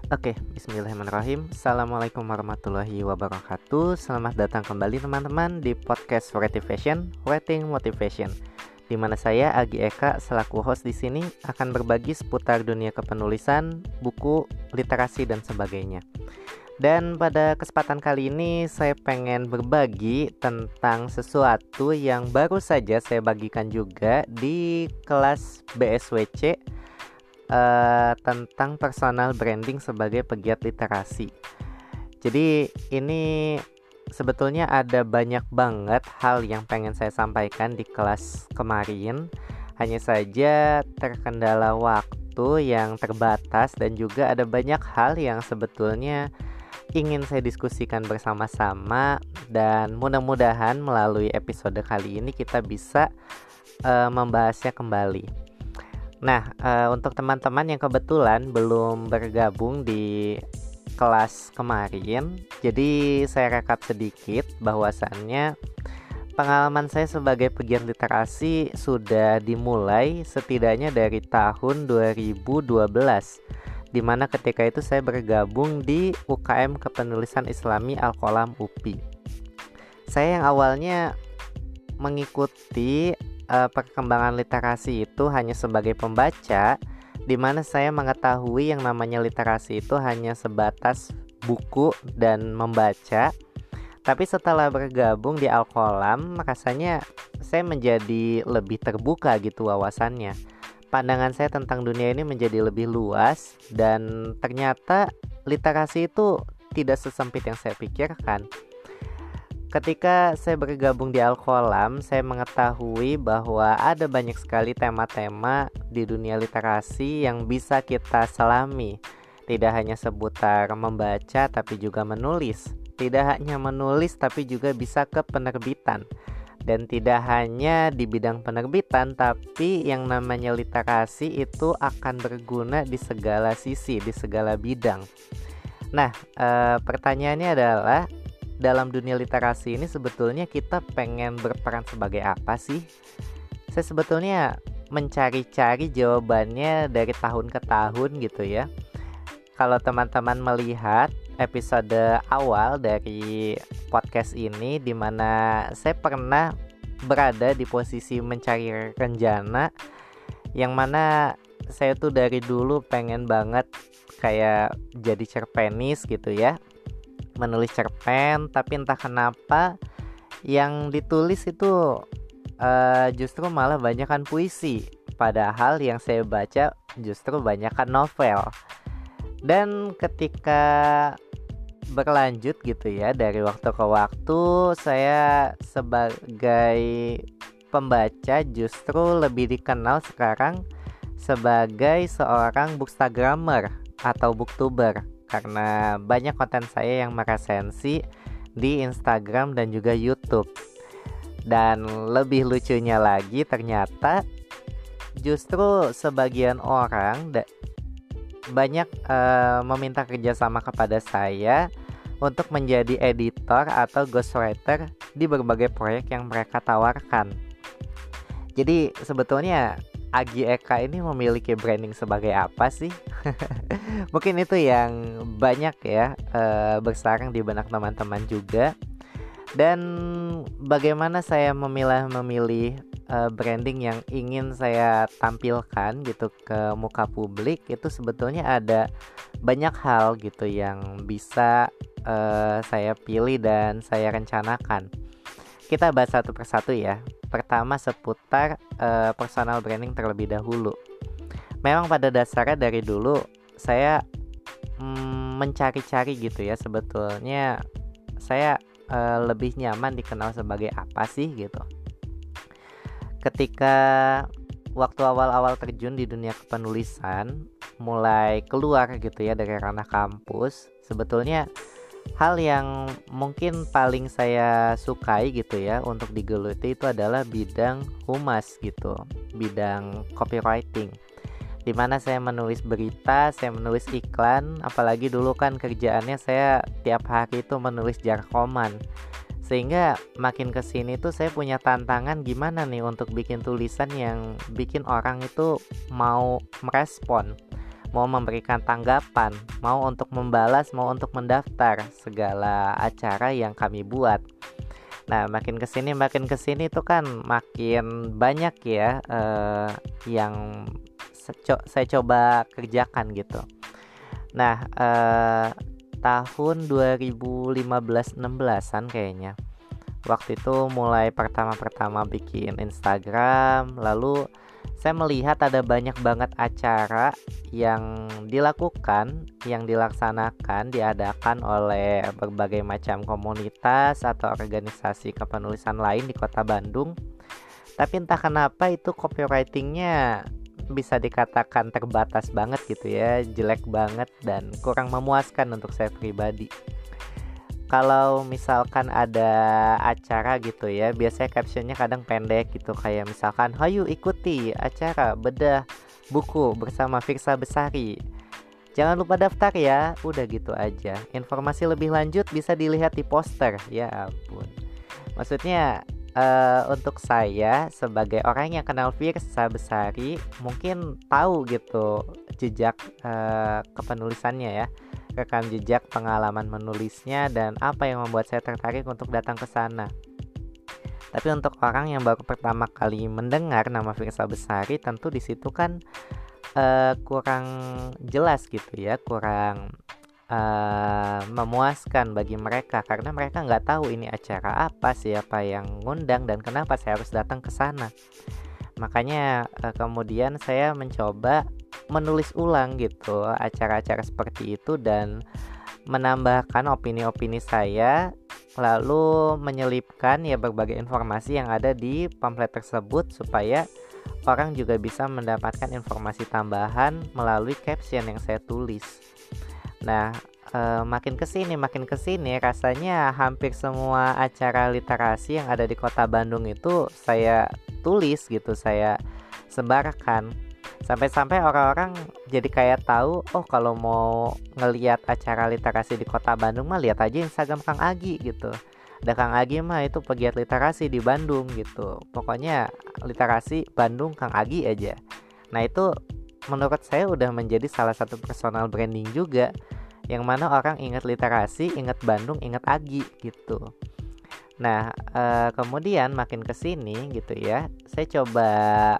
Oke, bismillahirrahmanirrahim. Assalamualaikum warahmatullahi wabarakatuh. Selamat datang kembali teman-teman di podcast Creative Fashion, Writing Motivation. Di mana saya Agi Eka selaku host di sini akan berbagi seputar dunia kepenulisan, buku, literasi dan sebagainya. Dan pada kesempatan kali ini saya pengen berbagi tentang sesuatu yang baru saja saya bagikan juga di kelas BSWC tentang personal branding sebagai pegiat literasi. Jadi ini sebetulnya ada banyak banget hal yang pengen saya sampaikan di kelas kemarin. Hanya saja terkendala waktu yang terbatas dan juga ada banyak hal yang sebetulnya ingin saya diskusikan bersama-sama, dan mudah-mudahan melalui episode kali ini kita bisa membahasnya kembali. Nah, untuk teman-teman yang kebetulan belum bergabung di kelas kemarin, jadi saya rekap sedikit bahwasannya pengalaman saya sebagai pegiat literasi sudah dimulai setidaknya dari tahun 2012, di mana ketika itu saya bergabung di UKM Kepenulisan Islami Al-Qalam UPI. Saya yang awalnya mengikuti perkembangan literasi itu hanya sebagai pembaca, di mana saya mengetahui yang namanya literasi itu hanya sebatas buku dan membaca. Tapi setelah bergabung di Al-Qalam, rasanya saya menjadi lebih terbuka gitu wawasannya. Pandangan saya tentang dunia ini menjadi lebih luas, dan ternyata literasi itu tidak sesempit yang saya pikirkan. Ketika saya bergabung di Al-Qalam, saya mengetahui bahwa ada banyak sekali tema-tema di dunia literasi yang bisa kita selami. Tidak hanya seputar membaca, tapi juga menulis. Tidak hanya menulis, tapi juga bisa ke penerbitan. Dan tidak hanya di bidang penerbitan, tapi yang namanya literasi itu akan berguna di segala sisi, di segala bidang. Nah, pertanyaannya adalah, dalam dunia literasi ini sebetulnya kita pengen berperan sebagai apa sih? Saya sebetulnya mencari-cari jawabannya dari tahun ke tahun gitu ya. Kalau teman-teman melihat episode awal dari podcast ini, di mana saya pernah berada di posisi mencari rencana, yang mana saya tuh dari dulu pengen banget kayak jadi cerpenis gitu ya, menulis cerpen, tapi entah kenapa yang ditulis itu justru malah banyakkan puisi, padahal yang saya baca justru banyakkan novel. Dan ketika berlanjut gitu ya, dari waktu ke waktu saya sebagai pembaca justru lebih dikenal sekarang sebagai seorang bookstagrammer atau booktuber, karena banyak konten saya yang meresensi di Instagram dan juga YouTube. Dan lebih lucunya lagi, ternyata justru sebagian orang banyak meminta kerjasama kepada saya untuk menjadi editor atau ghostwriter di berbagai proyek yang mereka tawarkan. Jadi sebetulnya Agi Eka ini memiliki branding sebagai apa sih? Mungkin itu yang banyak ya bersarang di benak teman-teman juga. Dan bagaimana saya memilih branding yang ingin saya tampilkan gitu ke muka publik, itu sebetulnya ada banyak hal gitu yang bisa saya pilih dan saya rencanakan. Kita bahas satu persatu ya. Pertama seputar personal branding terlebih dahulu. Memang pada dasarnya dari dulu saya mencari-cari gitu ya, sebetulnya saya lebih nyaman dikenal sebagai apa sih gitu. Ketika waktu awal-awal terjun di dunia kepenulisan, mulai keluar gitu ya dari ranah kampus, sebetulnya hal yang mungkin paling saya sukai gitu ya untuk digeluti itu adalah bidang humas gitu, bidang copywriting, di mana saya menulis berita, saya menulis iklan, apalagi dulu kan kerjaannya saya tiap hari itu menulis jarkoman. Sehingga makin kesini tuh saya punya tantangan gimana nih untuk bikin tulisan yang bikin orang itu mau merespon, mau memberikan tanggapan, mau untuk membalas, mau untuk mendaftar segala acara yang kami buat. Nah, makin kesini tuh kan makin banyak ya yang saya coba kerjakan gitu. Nah, tahun 2015-16an kayaknya. Waktu itu mulai pertama-pertama bikin Instagram, lalu saya melihat ada banyak banget acara yang dilaksanakan, diadakan oleh berbagai macam komunitas atau organisasi kepenulisan lain di Kota Bandung. Tapi entah kenapa itu copywritingnya bisa dikatakan terbatas banget gitu ya, jelek banget dan kurang memuaskan untuk saya pribadi. Kalau misalkan ada acara gitu ya, biasanya captionnya kadang pendek gitu, kayak misalkan hayu ikuti acara bedah buku bersama Firsa Besari, jangan lupa daftar ya, udah gitu aja. Informasi lebih lanjut bisa dilihat di poster. Ya ampun, maksudnya untuk saya sebagai orang yang kenal Firsa Besari mungkin tahu gitu jejak kepenulisannya ya, rekam jejak pengalaman menulisnya dan apa yang membuat saya tertarik untuk datang ke sana. Tapi untuk orang yang baru pertama kali mendengar nama Firsa Besari, tentu di situ kan kurang jelas gitu ya, kurang memuaskan bagi mereka karena mereka nggak tahu ini acara apa, siapa yang ngundang dan kenapa saya harus datang ke sana. Makanya kemudian saya mencoba menulis ulang gitu acara-acara seperti itu dan menambahkan opini-opini saya, lalu menyelipkan ya berbagai informasi yang ada di pamflet tersebut supaya orang juga bisa mendapatkan informasi tambahan melalui caption yang saya tulis. Nah, makin kesini rasanya hampir semua acara literasi yang ada di Kota Bandung itu saya tulis gitu, saya sebarkan. Sampai-sampai orang-orang jadi kayak tahu, oh kalau mau ngelihat acara literasi di Kota Bandung mah lihat aja Instagram Kang Agi gitu. Ada Kang Agi mah itu pegiat literasi di Bandung gitu. Pokoknya literasi Bandung Kang Agi aja. Nah itu menurut saya udah menjadi salah satu personal branding juga, yang mana orang ingat literasi, ingat Bandung, ingat Agi gitu. Nah kemudian makin kesini gitu ya, saya coba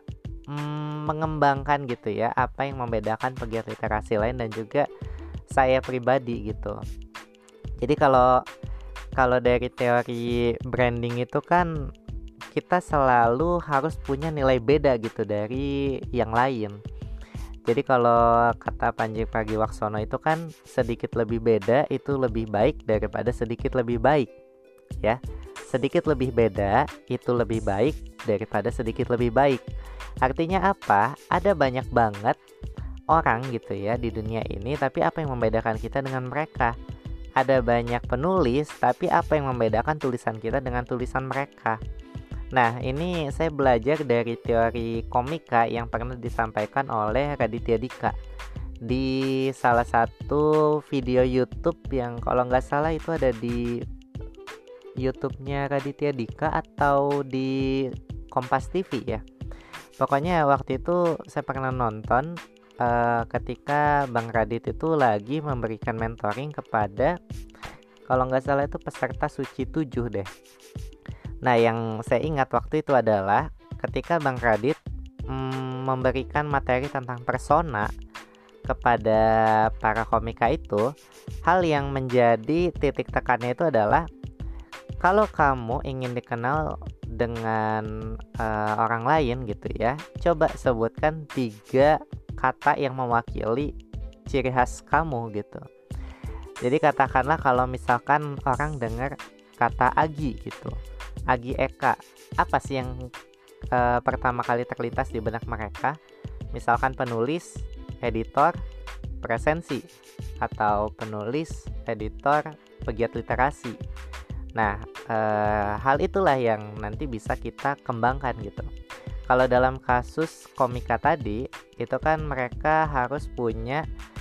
mengembangkan gitu ya apa yang membedakan pegiat literasi lain dan juga saya pribadi gitu. Jadi kalau dari teori branding itu kan kita selalu harus punya nilai beda gitu dari yang lain. Jadi kalau kata Panji Pragiwaksono itu kan sedikit lebih beda itu lebih baik daripada sedikit lebih baik ya. Sedikit lebih beda itu lebih baik daripada sedikit lebih baik. Artinya apa? Ada banyak banget orang gitu ya di dunia ini, tapi apa yang membedakan kita dengan mereka? Ada banyak penulis, tapi apa yang membedakan tulisan kita dengan tulisan mereka? Nah, ini saya belajar dari teori komika yang pernah disampaikan oleh Raditya Dika di salah satu video YouTube yang kalau nggak salah itu ada di YouTube-nya Raditya Dika atau di Kompas TV ya. Pokoknya waktu itu saya pernah nonton ketika Bang Radit itu lagi memberikan mentoring kepada, kalau nggak salah itu peserta Suci 7 deh. Nah yang saya ingat waktu itu adalah ketika Bang Radit memberikan materi tentang persona kepada para komika itu, hal yang menjadi titik tekannya itu adalah kalau kamu ingin dikenal dengan orang lain gitu ya, coba sebutkan 3 kata yang mewakili ciri khas kamu gitu. Jadi katakanlah kalau misalkan orang dengar kata Agi gitu, Agi Eka, apa sih yang pertama kali terlintas di benak mereka? Misalkan penulis, editor, presensi, atau penulis, editor, pegiat literasi. Nah, hal itulah yang nanti bisa kita kembangkan gitu. Kalau dalam kasus komika tadi, itu kan mereka harus punya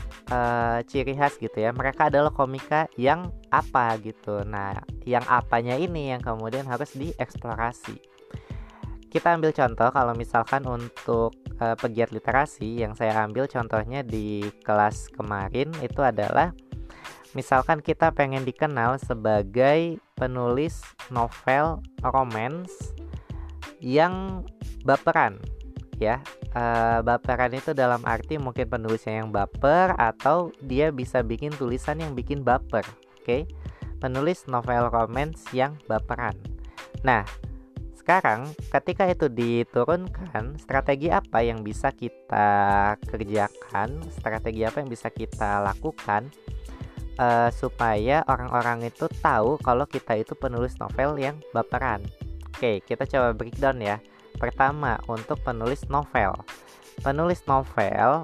ciri khas gitu ya. Mereka adalah komika yang apa gitu. Nah, yang apanya ini yang kemudian harus dieksplorasi. kita ambil contoh kalau misalkan untuk pegiat literasi yang saya ambil contohnya di kelas kemarin itu adalah misalkan kita pengen dikenal sebagai penulis novel romance yang baperan ya. Baperan itu dalam arti mungkin penulisnya yang baper atau dia bisa bikin tulisan yang bikin baper. Oke. Penulis novel romance yang baperan. Nah, sekarang ketika itu diturunkan, strategi apa yang bisa kita kerjakan, strategi apa yang bisa kita lakukan supaya orang-orang itu tahu kalau kita itu penulis novel yang baperan. Oke, kita coba breakdown ya. Pertama, untuk penulis novel. Penulis novel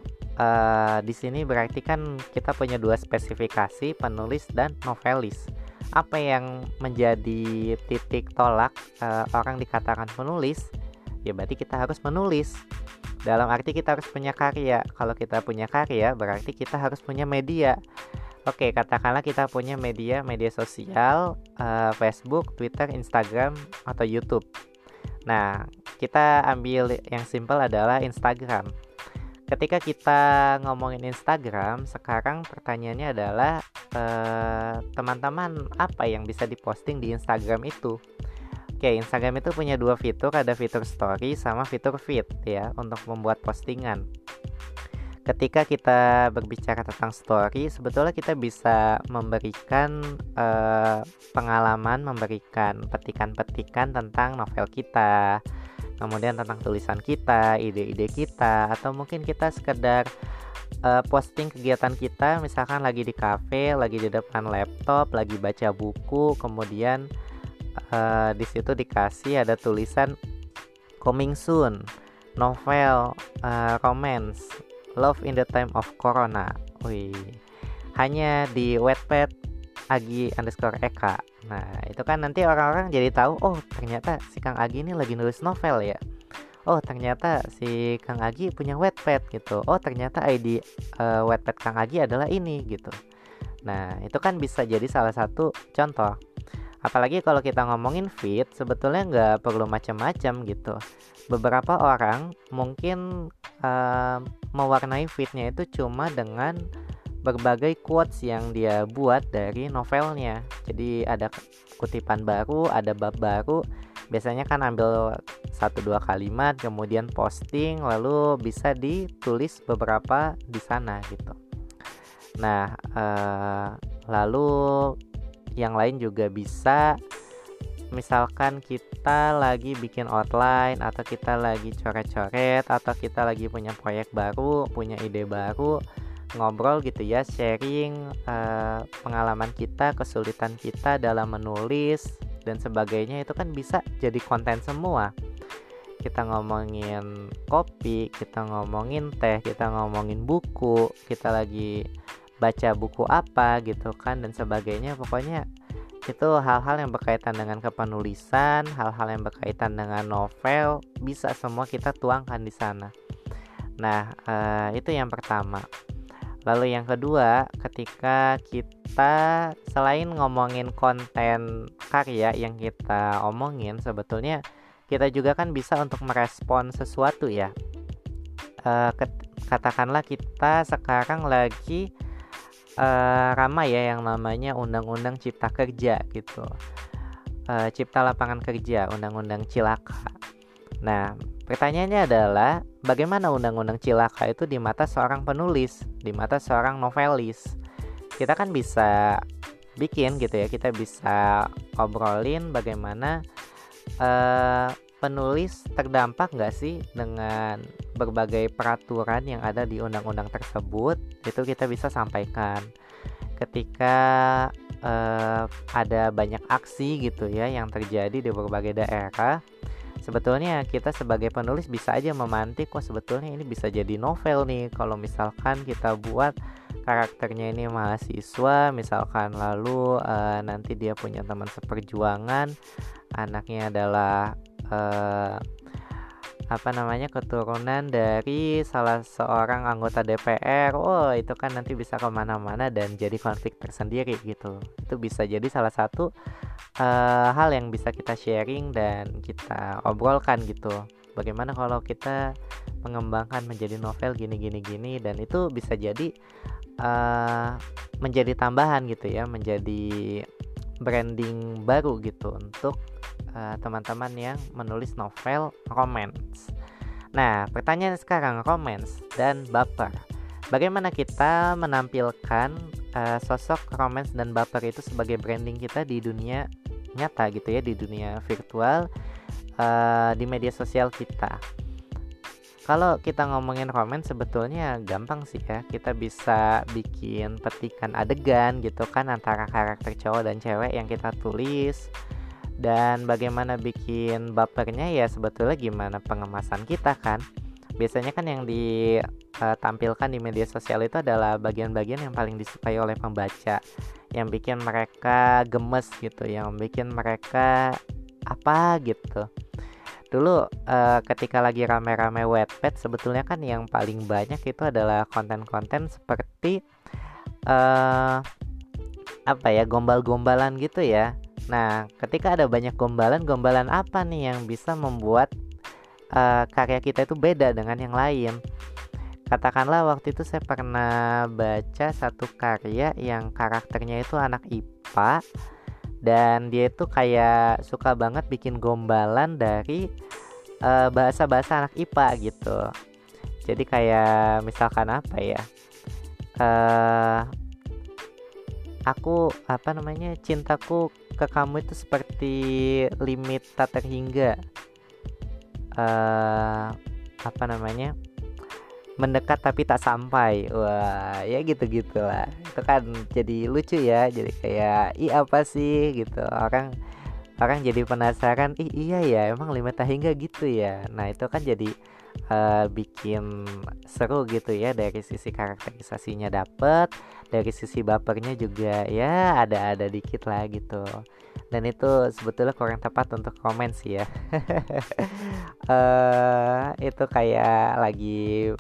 di sini berarti kan kita punya dua spesifikasi, penulis dan novelis. Apa yang menjadi titik tolak orang dikatakan penulis? Ya berarti kita harus menulis. Dalam arti kita harus punya karya. Kalau kita punya karya, berarti kita harus punya media. Oke, katakanlah kita punya media sosial, Facebook, Twitter, Instagram, atau YouTube. Nah, kita ambil yang simpel adalah Instagram. Ketika kita ngomongin Instagram, sekarang pertanyaannya adalah teman-teman apa yang bisa diposting di Instagram itu? Oke, Instagram itu punya dua fitur, ada fitur story sama fitur feed ya untuk membuat postingan. Ketika kita berbicara tentang story, sebetulnya kita bisa memberikan pengalaman, memberikan petikan-petikan tentang novel kita, kemudian tentang tulisan kita, ide-ide kita, atau mungkin kita sekedar posting kegiatan kita, misalkan lagi di kafe, lagi di depan laptop, lagi baca buku, kemudian di situ dikasih ada tulisan coming soon, novel romance, love in the time of corona. Wih, hanya di Wattpad Agi_Eka. Nah, itu kan nanti orang-orang jadi tahu, oh ternyata si Kang Agi ini lagi nulis novel ya. Oh ternyata si Kang Agi punya Wattpad gitu. Oh ternyata ID Wattpad Kang Agi adalah ini gitu. Nah, itu kan bisa jadi salah satu contoh. Apalagi kalau kita ngomongin feed, sebetulnya nggak perlu macam-macam gitu. Beberapa orang mungkin mewarnai feednya itu cuma dengan berbagai quotes yang dia buat dari novelnya. Jadi ada kutipan baru, ada bab baru. Biasanya kan ambil 1-2 kalimat, kemudian posting, lalu bisa ditulis beberapa di sana gitu. Nah, lalu yang lain juga bisa, misalkan kita lagi bikin outline, atau kita lagi coret-coret, atau kita lagi punya proyek baru, punya ide baru, ngobrol gitu ya, sharing pengalaman kita, kesulitan kita dalam menulis dan sebagainya. Itu kan bisa jadi konten semua. Kita ngomongin kopi, kita ngomongin teh, kita ngomongin buku, kita lagi baca buku apa gitu kan, dan sebagainya. Pokoknya itu hal-hal yang berkaitan dengan kepenulisan, hal-hal yang berkaitan dengan novel, bisa semua kita tuangkan di sana. Nah, itu yang pertama. Lalu yang kedua, ketika kita selain ngomongin konten karya yang kita omongin, sebetulnya kita juga kan bisa untuk merespon sesuatu ya. Katakanlah kita sekarang lagi ramai ya yang namanya Undang-Undang Cipta Kerja gitu, Cipta Lapangan Kerja, Undang-Undang Cilaka. Nah, pertanyaannya adalah bagaimana Undang-Undang Cilaka itu di mata seorang penulis, di mata seorang novelis. Kita kan bisa bikin gitu ya, kita bisa obrolin bagaimana penulis terdampak nggak sih dengan berbagai peraturan yang ada di undang-undang tersebut. Itu kita bisa sampaikan ketika ada banyak aksi gitu ya yang terjadi di berbagai daerah. Sebetulnya kita sebagai penulis bisa aja memantik, kok sebetulnya ini bisa jadi novel nih kalau misalkan kita buat karakternya ini mahasiswa misalkan, lalu nanti dia punya teman seperjuangan, anaknya adalah keturunan dari salah seorang anggota DPR. Oh, itu kan nanti bisa kemana-mana dan jadi konflik tersendiri gitu. Itu bisa jadi salah satu hal yang bisa kita sharing dan kita obrolkan gitu. Bagaimana kalau kita mengembangkan menjadi novel gini dan itu bisa jadi menjadi tambahan gitu ya, menjadi branding baru gitu untuk teman-teman yang menulis novel romance. Nah, pertanyaan sekarang, romance dan baper. Bagaimana kita menampilkan sosok romance dan baper itu sebagai branding kita di dunia nyata gitu ya, di dunia virtual, di media sosial kita. Kalau kita ngomongin romance sebetulnya gampang sih ya. Kita bisa bikin petikan adegan gitu kan antara karakter cowok dan cewek yang kita tulis. Dan bagaimana bikin bapernya ya sebetulnya gimana pengemasan kita kan. Biasanya kan yang ditampilkan di media sosial itu adalah bagian-bagian yang paling disukai oleh pembaca, yang bikin mereka gemes gitu, yang bikin mereka apa gitu. Dulu ketika lagi rame-rame Wattpad sebetulnya kan yang paling banyak itu adalah konten-konten seperti gombal-gombalan gitu ya. Nah, ketika ada banyak gombalan apa nih yang bisa membuat karya kita itu beda dengan yang lain? Katakanlah waktu itu saya pernah baca satu karya yang karakternya itu anak IPA dan dia itu kayak suka banget bikin gombalan dari bahasa-bahasa anak IPA gitu. Jadi kayak misalkan apa ya? Cintaku ke kamu itu seperti limit tak terhingga. Mendekat tapi tak sampai. Wah, ya gitu-gitulah. Itu kan jadi lucu ya. Jadi kayak apa sih gitu. Orang jadi penasaran, iya ya, emang limit tak hingga gitu ya. Nah, itu kan jadi bikin seru gitu ya, dari sisi karakterisasinya dapet, dari sisi bapernya juga ya ada dikit lah gitu. Dan itu sebetulnya kurang tepat untuk komen sih ya. Itu kayak lagi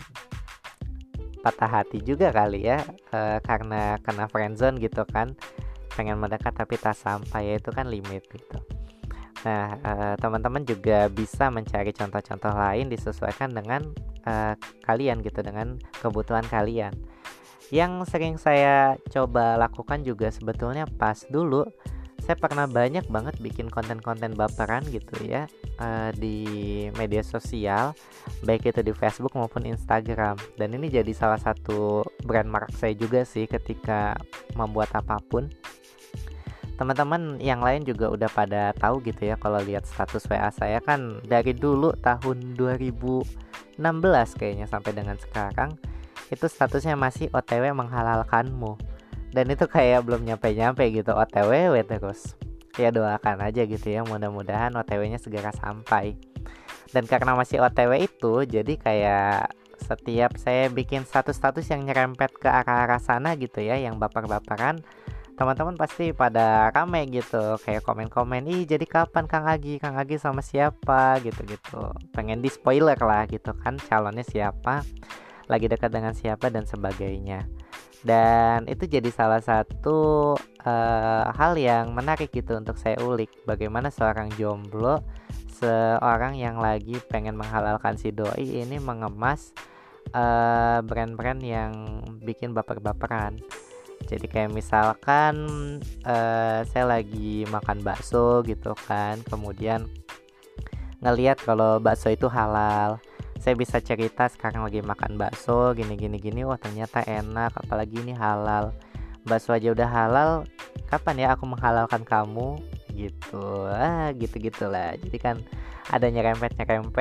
patah hati juga kali ya, karena kena friendzone gitu kan, pengen mendekat tapi tak sampai, ya itu kan limit gitu. Nah, teman-teman juga bisa mencari contoh-contoh lain disesuaikan dengan kalian gitu, dengan kebutuhan kalian. Yang sering saya coba lakukan juga sebetulnya pas dulu saya pernah banyak banget bikin konten-konten baperan gitu ya, di media sosial, baik itu di Facebook maupun Instagram. Dan ini jadi salah satu brand mark saya juga sih ketika membuat apapun. Teman-teman yang lain juga udah pada tahu gitu ya, kalau lihat status WA saya kan dari dulu tahun 2016 kayaknya sampai dengan sekarang itu statusnya masih OTW menghalalkanmu. Dan itu kayak belum nyampe gitu, OTW terus. Ya doakan aja gitu ya, mudah-mudahan OTW-nya segera sampai. Dan karena masih OTW itu, jadi kayak setiap saya bikin status-status yang nyerempet ke arah-arah sana gitu ya, yang baper-baperan, teman-teman pasti pada rame gitu, kayak komen-komen, ih jadi kapan Kang Agi sama siapa gitu-gitu, pengen di spoiler lah gitu kan, calonnya siapa, lagi dekat dengan siapa dan sebagainya. Dan itu jadi salah satu hal yang menarik gitu untuk saya ulik, bagaimana seorang jomblo, seorang yang lagi pengen menghalalkan si doi ini mengemas brand-brand yang bikin baper-baperan. Jadi kayak misalkan saya lagi makan bakso gitu kan, kemudian ngelihat kalau bakso itu halal. Saya bisa cerita sekarang lagi makan bakso gini, wah ternyata enak, apalagi ini halal. Bakso aja udah halal, kapan ya aku menghalalkan kamu gitu. Gitu-gitulah. Jadi kan ada nyerempet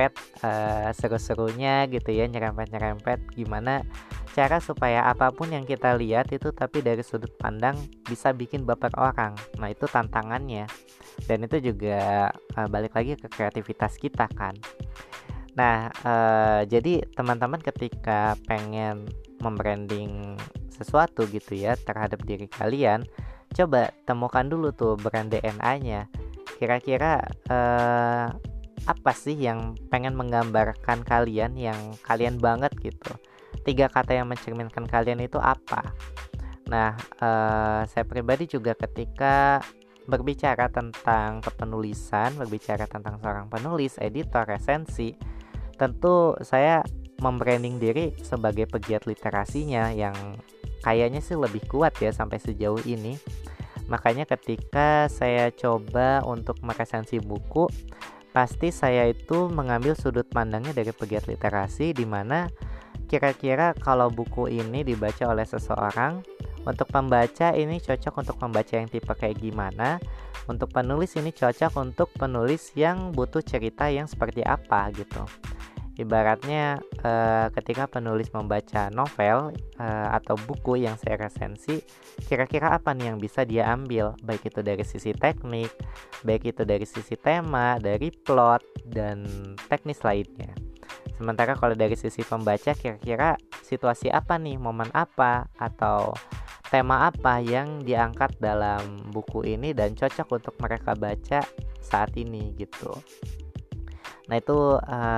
seru-serunya gitu ya, nyerempet gimana cara supaya apapun yang kita lihat itu tapi dari sudut pandang bisa bikin baper orang. Nah, itu tantangannya. Dan itu juga balik lagi ke kreativitas kita kan. Nah, jadi teman-teman ketika pengen membranding sesuatu gitu ya terhadap diri kalian, coba temukan dulu tuh brand DNA-nya. Kira-kira apa sih yang pengen menggambarkan kalian, yang kalian banget gitu. 3 kata yang mencerminkan kalian itu apa? Nah, saya pribadi juga ketika berbicara tentang kepenulisan, berbicara tentang seorang penulis, editor, resensi, tentu saya membranding diri sebagai pegiat literasinya yang kayaknya sih lebih kuat ya sampai sejauh ini. Makanya ketika saya coba untuk meresensi buku, pasti saya itu mengambil sudut pandangnya dari pegiat literasi, di mana kira-kira kalau buku ini dibaca oleh seseorang, untuk pembaca ini cocok untuk pembaca yang tipe kayak gimana, untuk penulis ini cocok untuk penulis yang butuh cerita yang seperti apa gitu. Ibaratnya ketika penulis membaca novel atau buku yang saya resensi, kira-kira apa nih yang bisa dia ambil, baik itu dari sisi teknik, baik itu dari sisi tema, dari plot, dan teknis lainnya. Sementara kalau dari sisi pembaca, kira-kira situasi apa nih, momen apa, atau tema apa yang diangkat dalam buku ini dan cocok untuk mereka baca saat ini gitu. Nah itu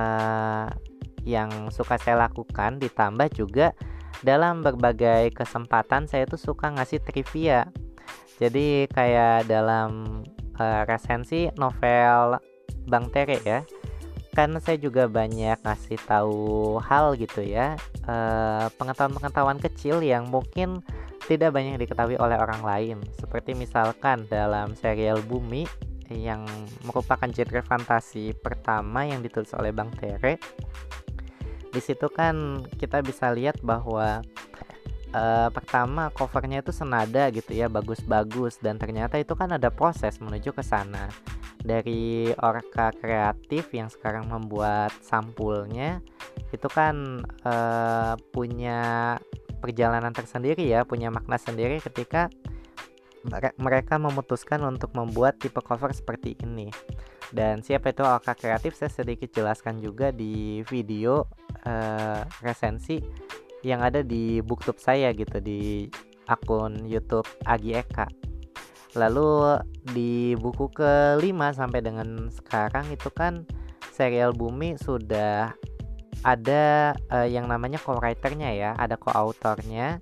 yang suka saya lakukan, ditambah juga dalam berbagai kesempatan saya tuh suka ngasih trivia. Jadi kayak dalam resensi novel Bang Tere ya, kan saya juga banyak ngasih tahu hal gitu ya, pengetahuan-pengetahuan kecil yang mungkin tidak banyak diketahui oleh orang lain. Seperti misalkan dalam serial Bumi yang merupakan genre fantasi pertama yang ditulis oleh Bang Tere. Di situ kan kita bisa lihat bahwa pertama covernya itu senada gitu ya, bagus-bagus, dan ternyata itu kan ada proses menuju ke sana. Dari Orca Kreatif yang sekarang membuat sampulnya, itu kan punya perjalanan tersendiri ya, punya makna sendiri ketika mereka memutuskan untuk membuat tipe cover seperti ini. Dan siapa itu Orca Kreatif, saya sedikit jelaskan juga di video resensi yang ada di booktube saya gitu, di akun YouTube Agi Eka. Lalu di buku ke-5 sampai dengan sekarang itu kan serial Bumi sudah ada yang namanya co-writernya ya, ada co-autornya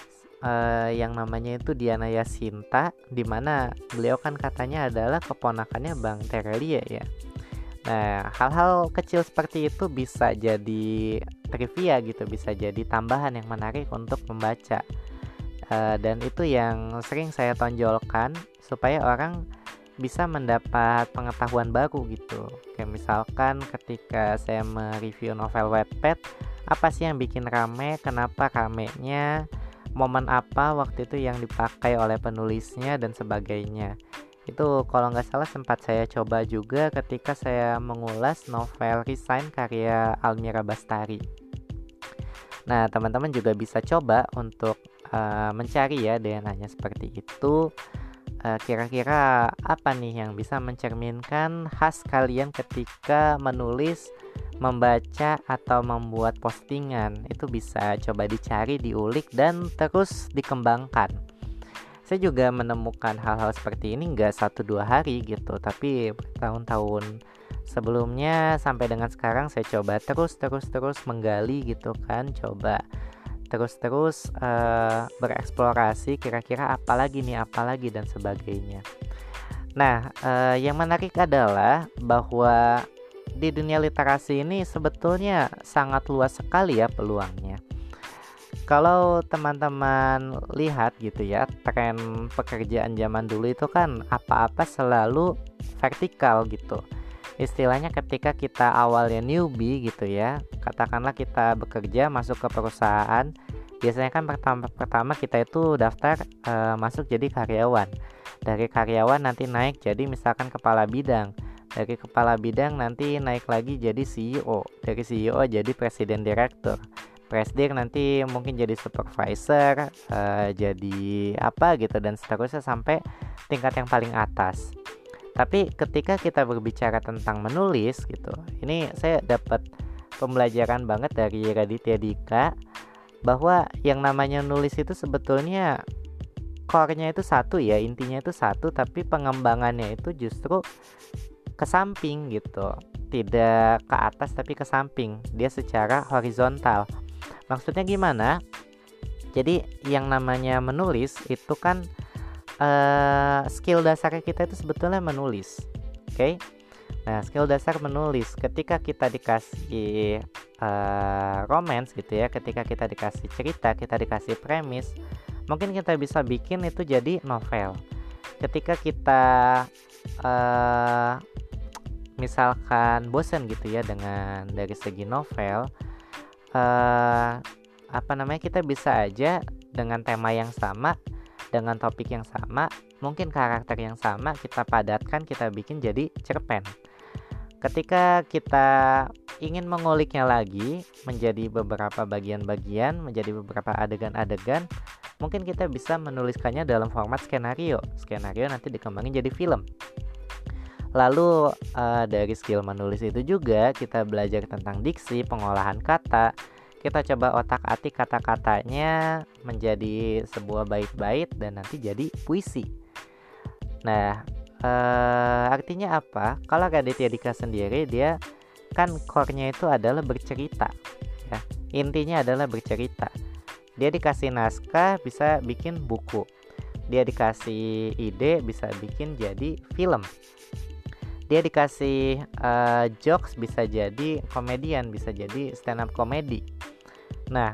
yang namanya itu Diana Yasinta, dimana beliau kan katanya adalah keponakannya Bang Terelie ya. Nah, hal-hal kecil seperti itu bisa jadi trivia gitu, bisa jadi tambahan yang menarik untuk membaca. Dan itu yang sering saya tonjolkan supaya orang bisa mendapat pengetahuan baru gitu. Kayak misalkan ketika saya mereview novel Wattpad, apa sih yang bikin rame, kenapa ramenya, momen apa waktu itu yang dipakai oleh penulisnya, dan sebagainya. Itu kalau nggak salah sempat saya coba juga ketika saya mengulas novel Resign karya Almira Bastari. Nah, teman-teman juga bisa coba untuk mencari ya DNA-nya seperti itu. Kira-kira apa nih yang bisa mencerminkan khas kalian ketika menulis, membaca, atau membuat postingan. Itu bisa coba dicari, diulik, dan terus dikembangkan. Saya juga menemukan hal-hal seperti ini nggak 1-2 hari gitu, tapi bertahun-tahun sebelumnya sampai dengan sekarang saya coba terus menggali gitu kan, coba terus bereksplorasi kira-kira apa lagi dan sebagainya. Nah, yang menarik adalah bahwa di dunia literasi ini sebetulnya sangat luas sekali ya peluangnya. Kalau teman-teman lihat gitu ya, tren pekerjaan zaman dulu itu kan apa-apa selalu vertikal gitu. Istilahnya ketika kita awalnya newbie gitu ya, katakanlah kita bekerja masuk ke perusahaan, biasanya kan pertama kita itu daftar masuk jadi karyawan. Dari karyawan nanti naik jadi misalkan kepala bidang. Dari kepala bidang nanti naik lagi jadi CEO. Dari CEO jadi presiden direktur. Presdir nanti mungkin jadi supervisor, jadi apa gitu, dan seterusnya sampai tingkat yang paling atas. Tapi ketika kita berbicara tentang menulis gitu, ini saya dapat pembelajaran banget dari Raditya Dika, bahwa yang namanya nulis itu sebetulnya core-nya itu satu ya, intinya itu satu, tapi pengembangannya itu justru ke samping gitu. tidak ke atas tapi ke samping, dia secara horizontal. Maksudnya gimana? Jadi yang namanya menulis itu kan skill dasarnya kita itu sebetulnya menulis. Oke? Nah, skill dasar menulis ketika kita dikasih romance gitu ya, ketika kita dikasih cerita, kita dikasih premis, mungkin kita bisa bikin itu jadi novel. Ketika kita misalkan bosan gitu ya dengan dari segi novel, kita bisa aja dengan tema yang sama, dengan topik yang sama, mungkin karakter yang sama, kita padatkan, kita bikin jadi cerpen. Ketika kita ingin menguliknya lagi menjadi beberapa bagian-bagian, menjadi beberapa adegan-adegan, mungkin kita bisa menuliskannya dalam format skenario. Skenario nanti dikembangin jadi film. Lalu dari skill menulis itu juga kita belajar tentang diksi, pengolahan kata. Kita coba otak-atik kata-katanya menjadi sebuah bait-bait dan nanti jadi puisi. Nah, artinya apa? Kalau Raditya Dika sendiri, dia kan core-nya itu adalah bercerita ya. Intinya adalah bercerita. Dia dikasih naskah bisa bikin buku. Dia dikasih ide bisa bikin jadi film. Dia dikasih jokes bisa jadi komedian, bisa jadi stand up comedy. Nah,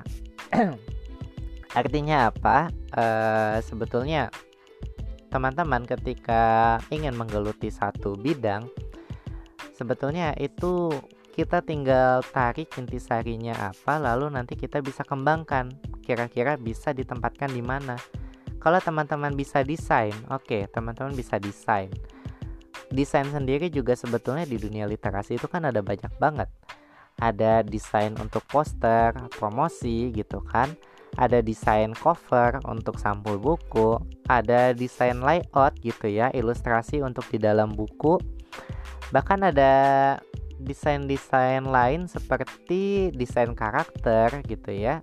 artinya apa? Sebetulnya teman-teman ketika ingin menggeluti satu bidang, sebetulnya itu kita tinggal tarik intisarinya apa, lalu nanti kita bisa kembangkan. Kira-kira bisa ditempatkan di mana? Kalau teman-teman bisa desain, oke, teman-teman bisa desain. Desain sendiri juga sebetulnya di dunia literasi itu kan ada banyak banget. Ada desain untuk poster, promosi gitu kan. Ada desain cover untuk sampul buku. Ada desain layout gitu ya, ilustrasi untuk di dalam buku. Bahkan ada desain-desain lain seperti desain karakter gitu ya.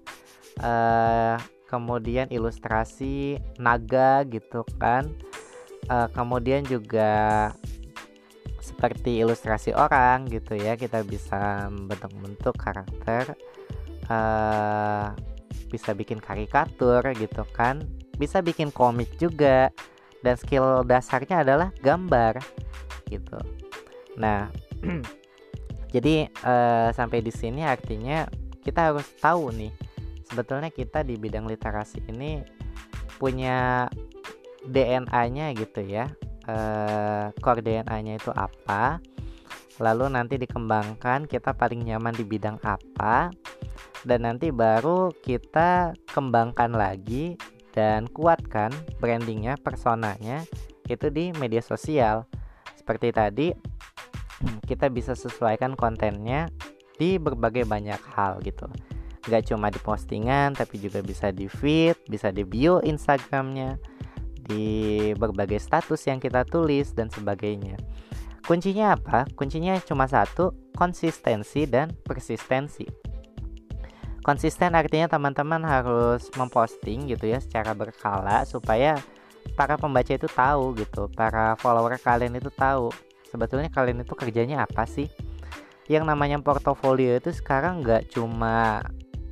Kemudian ilustrasi naga gitu kan. Kemudian juga seperti ilustrasi orang gitu ya, kita bisa bentuk-bentuk karakter, bisa bikin karikatur gitu kan, bisa bikin komik juga, dan skill dasarnya adalah gambar gitu. Nah, jadi sampai di sini artinya kita harus tahu nih, sebetulnya kita di bidang literasi ini punya DNA-nya gitu ya. Core DNA-nya itu apa, lalu nanti dikembangkan kita paling nyaman di bidang apa, dan nanti baru kita kembangkan lagi dan kuatkan brandingnya, personanya itu di media sosial. Seperti tadi, kita bisa sesuaikan kontennya di berbagai banyak hal gitu. Gak cuma di postingan, tapi juga bisa di feed, bisa di bio Instagramnya, di berbagai status yang kita tulis dan sebagainya. Kuncinya apa? Kuncinya cuma satu, konsistensi dan persistensi. Konsisten artinya teman-teman harus memposting gitu ya secara berkala supaya para pembaca itu tahu gitu, para follower kalian itu tahu sebetulnya kalian itu kerjanya apa sih. Yang namanya portofolio itu sekarang nggak cuma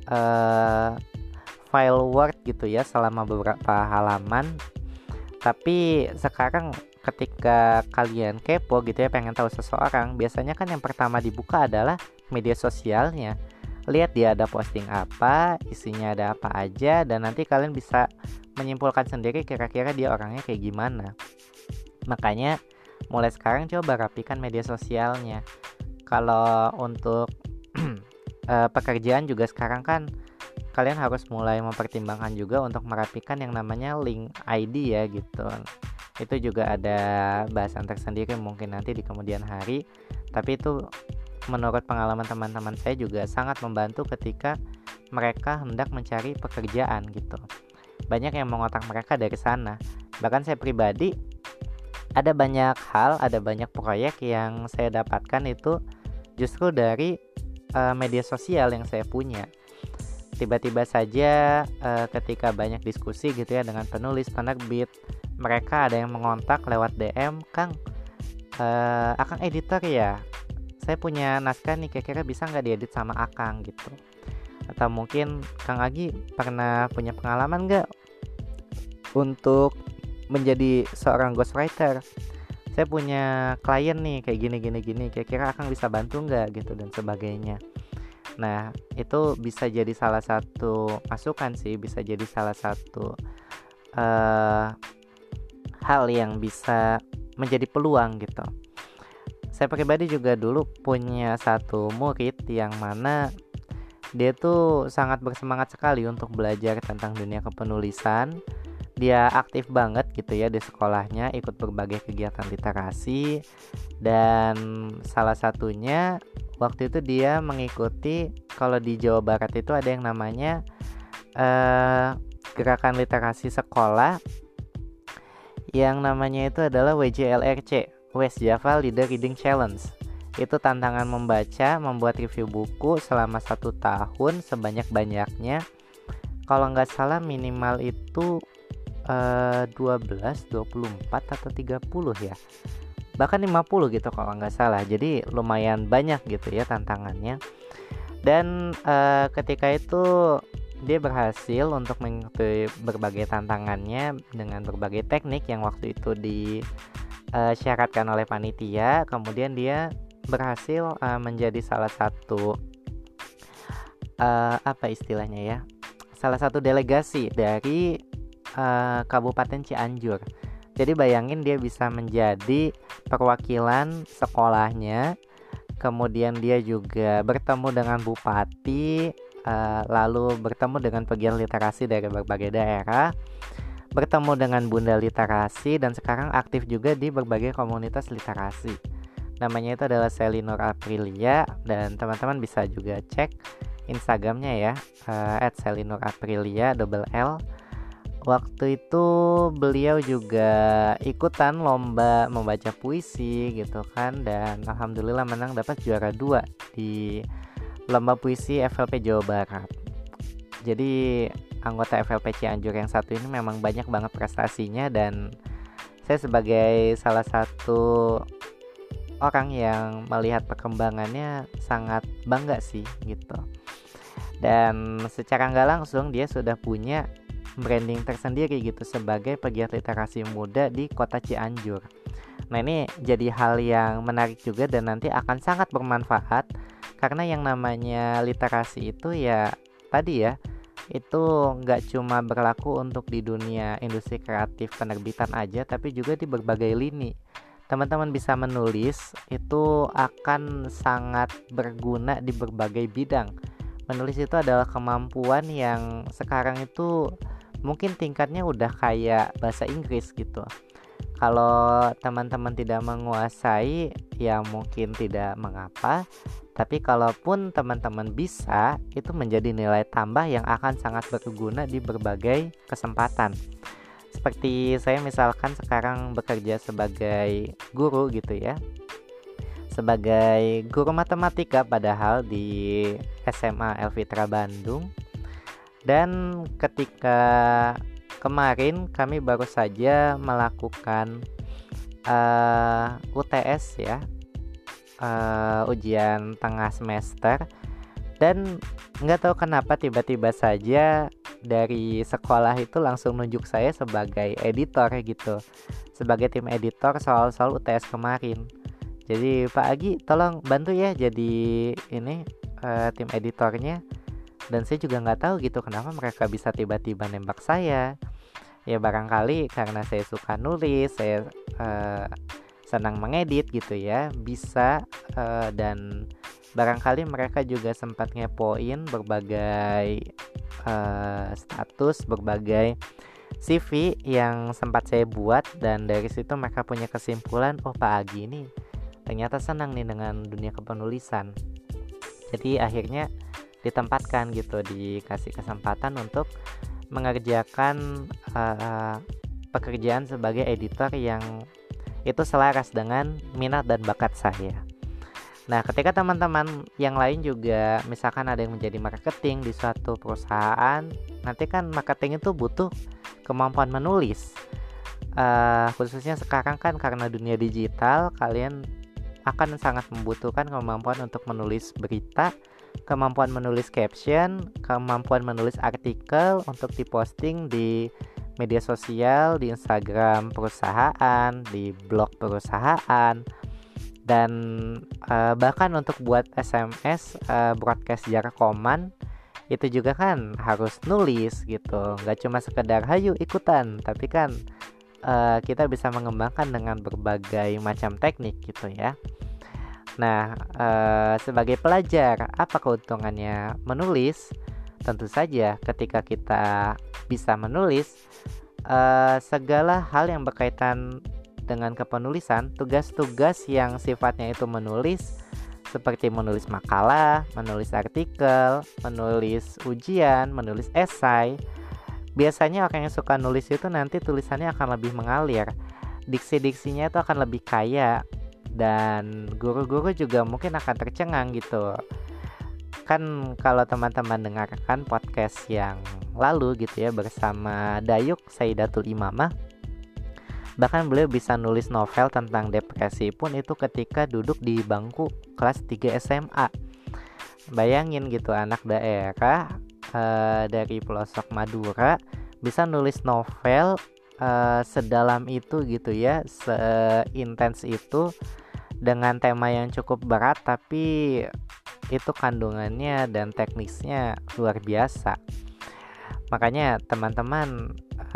file Word gitu ya selama beberapa halaman, tapi sekarang ketika kalian kepo gitu ya, pengen tahu seseorang, biasanya kan yang pertama dibuka adalah media sosialnya. Lihat dia ada posting apa, isinya ada apa aja, dan nanti kalian bisa menyimpulkan sendiri kira-kira dia orangnya kayak gimana. Makanya mulai sekarang coba rapikan media sosialnya. Kalau untuk pekerjaan juga sekarang kan kalian harus mulai mempertimbangkan juga untuk merapikan yang namanya link ID ya gitu. Itu juga ada bahasan tersendiri mungkin nanti di kemudian hari, tapi itu menurut pengalaman teman-teman saya juga sangat membantu ketika mereka hendak mencari pekerjaan gitu. Banyak yang mengotak mereka dari sana. Bahkan saya pribadi ada banyak hal, ada banyak proyek yang saya dapatkan itu justru dari media sosial yang saya punya. Tiba-tiba saja ketika banyak diskusi gitu ya dengan penulis, penerbit, mereka ada yang mengontak lewat DM, Kang, Akang editor ya, saya punya naskah nih, kira-kira bisa nggak diedit sama Akang gitu. Atau mungkin Kang Agi pernah punya pengalaman nggak untuk menjadi seorang ghostwriter? Saya punya klien nih kayak gini, kira-kira Akang bisa bantu nggak gitu dan sebagainya. Nah, itu bisa jadi salah satu masukan sih, bisa jadi salah satu hal yang bisa menjadi peluang gitu. Saya pribadi juga dulu punya satu murid yang mana dia tuh sangat bersemangat sekali untuk belajar tentang dunia kepenulisan. Dia aktif banget gitu ya di sekolahnya, ikut berbagai kegiatan literasi, dan salah satunya waktu itu dia mengikuti, kalau di Jawa Barat itu ada yang namanya gerakan literasi sekolah, yang namanya itu adalah WJLRC, West Java Leader Reading Challenge. Itu tantangan membuat review buku selama 1 tahun sebanyak-banyaknya. Kalau nggak salah minimal itu 12, 24 atau 30 ya, bahkan 50 gitu kalau nggak salah. Jadi lumayan banyak gitu ya tantangannya. Dan ketika itu dia berhasil untuk mengikuti berbagai tantangannya dengan berbagai teknik yang waktu itu disyaratkan oleh panitia. Kemudian dia berhasil menjadi salah satu salah satu delegasi dari Kabupaten Cianjur. Jadi bayangin dia bisa menjadi perwakilan sekolahnya, kemudian dia juga bertemu dengan bupati, lalu bertemu dengan pegiat literasi dari berbagai daerah, bertemu dengan Bunda Literasi, dan sekarang aktif juga di berbagai komunitas literasi. Namanya itu adalah Sally Nur Aprilia, dan teman-teman bisa juga cek Instagramnya ya, @SallyNurAprilia _L. Waktu itu beliau juga ikutan lomba membaca puisi gitu kan, dan alhamdulillah menang, dapat juara 2 di lomba puisi FLP Jawa Barat. Jadi anggota FLP Cianjur yang satu ini memang banyak banget prestasinya, dan saya sebagai salah satu orang yang melihat perkembangannya sangat bangga sih gitu. Dan secara nggak langsung dia sudah punya branding tersendiri gitu sebagai pegiat literasi muda di kota Cianjur. Nah, ini jadi hal yang menarik juga dan nanti akan sangat bermanfaat, karena yang namanya literasi itu ya tadi ya, itu nggak cuma berlaku untuk di dunia industri kreatif penerbitan aja, tapi juga di berbagai lini. Teman-teman bisa menulis, itu akan sangat berguna di berbagai bidang. Menulis itu adalah kemampuan yang sekarang itu mungkin tingkatnya udah kayak bahasa Inggris gitu. Kalau teman-teman tidak menguasai, ya mungkin tidak mengapa. Tapi kalaupun teman-teman bisa, itu menjadi nilai tambah yang akan sangat berguna di berbagai kesempatan. Seperti saya misalkan sekarang bekerja sebagai guru gitu ya, sebagai guru matematika padahal di SMA Elfitra Bandung. Dan ketika kemarin kami baru saja melakukan UTS ya, ujian tengah semester, dan nggak tahu kenapa tiba-tiba saja dari sekolah itu langsung nunjuk saya sebagai editor gitu, sebagai tim editor soal-soal UTS kemarin. Jadi Pak Agi tolong bantu ya jadi ini tim editornya. Dan saya juga nggak tahu gitu kenapa mereka bisa tiba-tiba nembak saya. Ya barangkali karena saya suka nulis, saya senang mengedit gitu ya, bisa, dan barangkali mereka juga sempat ngepoin berbagai status, berbagai CV yang sempat saya buat, dan dari situ mereka punya kesimpulan, oh Pak Agi ini ternyata senang nih dengan dunia kepenulisan. Jadi akhirnya ditempatkan gitu, dikasih kesempatan untuk mengerjakan pekerjaan sebagai editor yang itu selaras dengan minat dan bakat saya. Nah, ketika teman-teman yang lain juga misalkan ada yang menjadi marketing di suatu perusahaan, nanti kan marketing itu butuh kemampuan menulis. Khususnya sekarang kan karena dunia digital, kalian akan sangat membutuhkan kemampuan untuk menulis berita, kemampuan menulis caption, kemampuan menulis artikel untuk diposting di media sosial, di Instagram perusahaan, di blog perusahaan, dan bahkan untuk buat SMS, broadcast jarak koman itu juga kan harus nulis gitu. Nggak cuma sekedar hayu ikutan, tapi kan kita bisa mengembangkan dengan berbagai macam teknik gitu ya. Nah, sebagai pelajar, apa keuntungannya menulis? Tentu saja ketika kita bisa menulis, segala hal yang berkaitan dengan kepenulisan, tugas-tugas yang sifatnya itu menulis, seperti menulis makalah, menulis artikel, menulis ujian, menulis esai, biasanya orang yang suka nulis itu nanti tulisannya akan lebih mengalir, diksi-diksinya itu akan lebih kaya, dan guru-guru juga mungkin akan tercengang gitu. Kan kalau teman-teman dengarkan podcast yang lalu gitu ya bersama Dayuk Saidatul Imamah, bahkan beliau bisa nulis novel tentang depresi pun itu ketika duduk di bangku kelas 3 SMA. Bayangin gitu, anak daerah dari pelosok Madura bisa nulis novel sedalam itu gitu ya, seintens itu, dengan tema yang cukup berat tapi itu kandungannya dan teknisnya luar biasa. Makanya teman-teman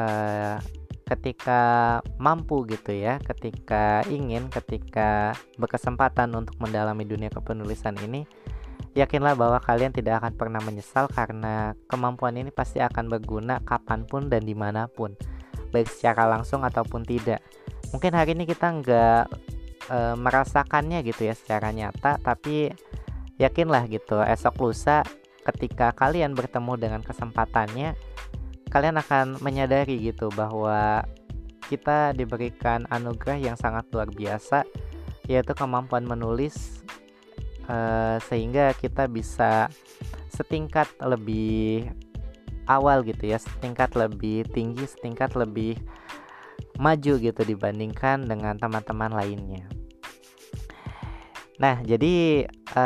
ketika mampu gitu ya, ketika berkesempatan untuk mendalami dunia kepenulisan ini, yakinlah bahwa kalian tidak akan pernah menyesal, karena kemampuan ini pasti akan berguna kapanpun dan dimanapun, baik secara langsung ataupun tidak. Mungkin hari ini kita nggak merasakannya gitu ya secara nyata, tapi yakinlah gitu, esok lusa ketika kalian bertemu dengan kesempatannya, kalian akan menyadari gitu bahwa kita diberikan anugerah yang sangat luar biasa, yaitu kemampuan menulis, sehingga kita bisa setingkat lebih awal gitu ya, setingkat lebih tinggi, setingkat lebih maju gitu dibandingkan dengan teman-teman lainnya. Nah, jadi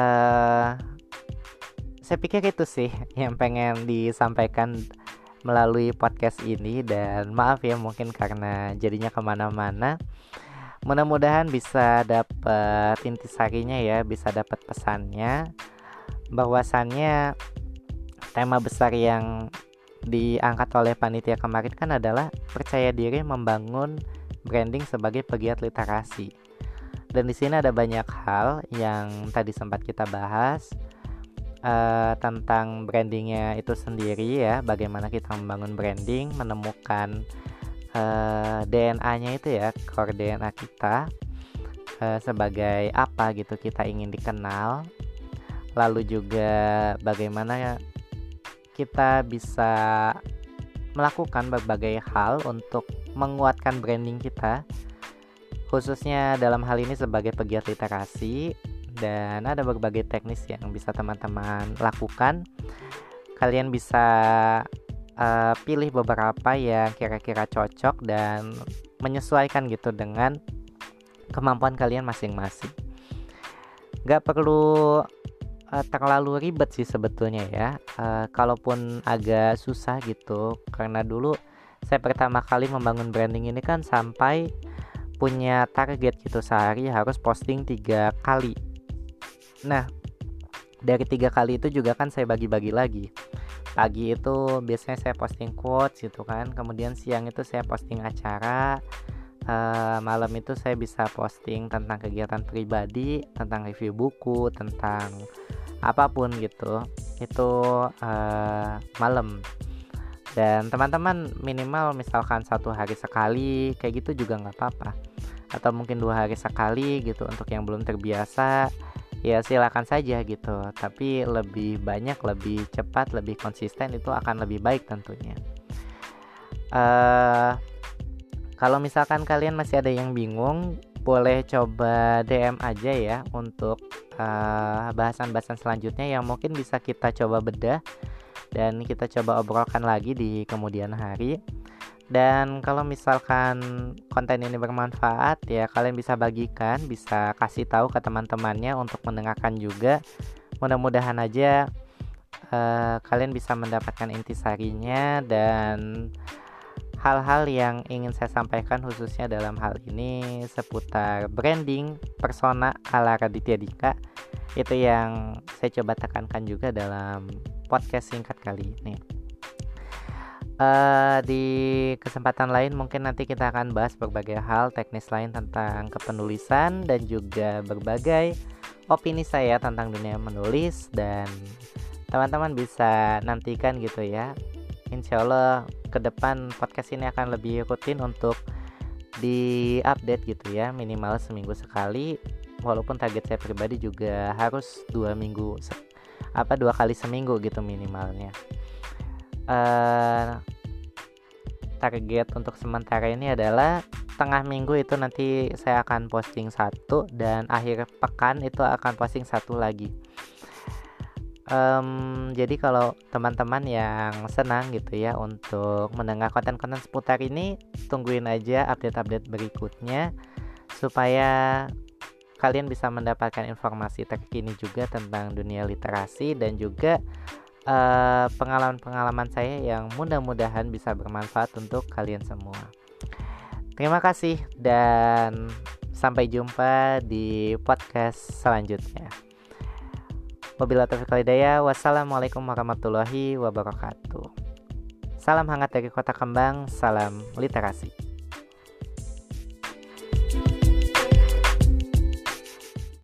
saya pikir itu sih yang pengen disampaikan melalui podcast ini, dan maaf ya mungkin karena jadinya kemana-mana. Mudah-mudahan bisa dapat intisarinya ya, bisa dapat pesannya, bahwasannya tema besar yang diangkat oleh panitia kemarin kan adalah percaya diri membangun branding sebagai pegiat literasi. Dan di sini ada banyak hal yang tadi sempat kita bahas tentang brandingnya itu sendiri ya, bagaimana kita membangun branding, menemukan DNA-nya itu ya, core DNA kita, sebagai apa gitu kita ingin dikenal. Lalu juga bagaimana kita bisa melakukan berbagai hal untuk menguatkan branding kita, khususnya dalam hal ini sebagai pegiat literasi. Dan ada berbagai teknis yang bisa teman-teman lakukan. Kalian bisa pilih beberapa yang kira-kira cocok dan menyesuaikan gitu dengan kemampuan kalian masing-masing. Gak perlu terlalu ribet sih sebetulnya ya, kalaupun agak susah gitu, karena dulu saya pertama kali membangun branding ini kan sampai punya target gitu, sehari harus posting 3 kali. Nah, dari 3 kali itu juga kan saya bagi-bagi lagi. Pagi itu biasanya saya posting quotes gitu kan, kemudian siang itu saya posting acara, malam itu saya bisa posting tentang kegiatan pribadi, tentang review buku, tentang apapun gitu. Itu malam. Dan teman-teman minimal misalkan 1 hari sekali kayak gitu juga nggak apa-apa, atau mungkin 2 hari sekali gitu. Untuk yang belum terbiasa ya silakan saja gitu, tapi lebih banyak, lebih cepat, lebih konsisten itu akan lebih baik tentunya. Kalau misalkan kalian masih ada yang bingung, boleh coba DM aja ya untuk bahasan-bahasan selanjutnya yang mungkin bisa kita coba bedah dan kita coba obrolkan lagi di kemudian hari. Dan kalau misalkan konten ini bermanfaat ya kalian bisa bagikan, bisa kasih tahu ke teman-temannya untuk mendengarkan juga. Mudah-mudahan aja kalian bisa mendapatkan intisarinya dan hal-hal yang ingin saya sampaikan khususnya dalam hal ini seputar branding persona ala Raditya Dika itu yang saya coba tekankan juga dalam podcast singkat kali ini. Di kesempatan lain mungkin nanti kita akan bahas berbagai hal teknis lain tentang kepenulisan dan juga berbagai opini saya tentang dunia menulis, dan teman-teman bisa nantikan gitu ya. Insya Allah ke depan podcast ini akan lebih rutin untuk di-update gitu ya, minimal seminggu sekali. Walaupun target saya pribadi juga harus 2 kali seminggu gitu minimalnya. Target untuk sementara ini adalah tengah minggu itu nanti saya akan posting 1 dan akhir pekan itu akan posting 1 lagi. Jadi kalau teman-teman yang senang gitu ya untuk mendengar konten-konten seputar ini, tungguin aja update-update berikutnya supaya kalian bisa mendapatkan informasi terkini juga tentang dunia literasi dan juga pengalaman-pengalaman saya yang mudah-mudahan bisa bermanfaat untuk kalian semua. Terima kasih dan sampai jumpa di podcast selanjutnya. Wabillahi taufiq wal hidayah. Wassalamualaikum warahmatullahi wabarakatuh. Salam hangat dari Kota Kembang, salam literasi.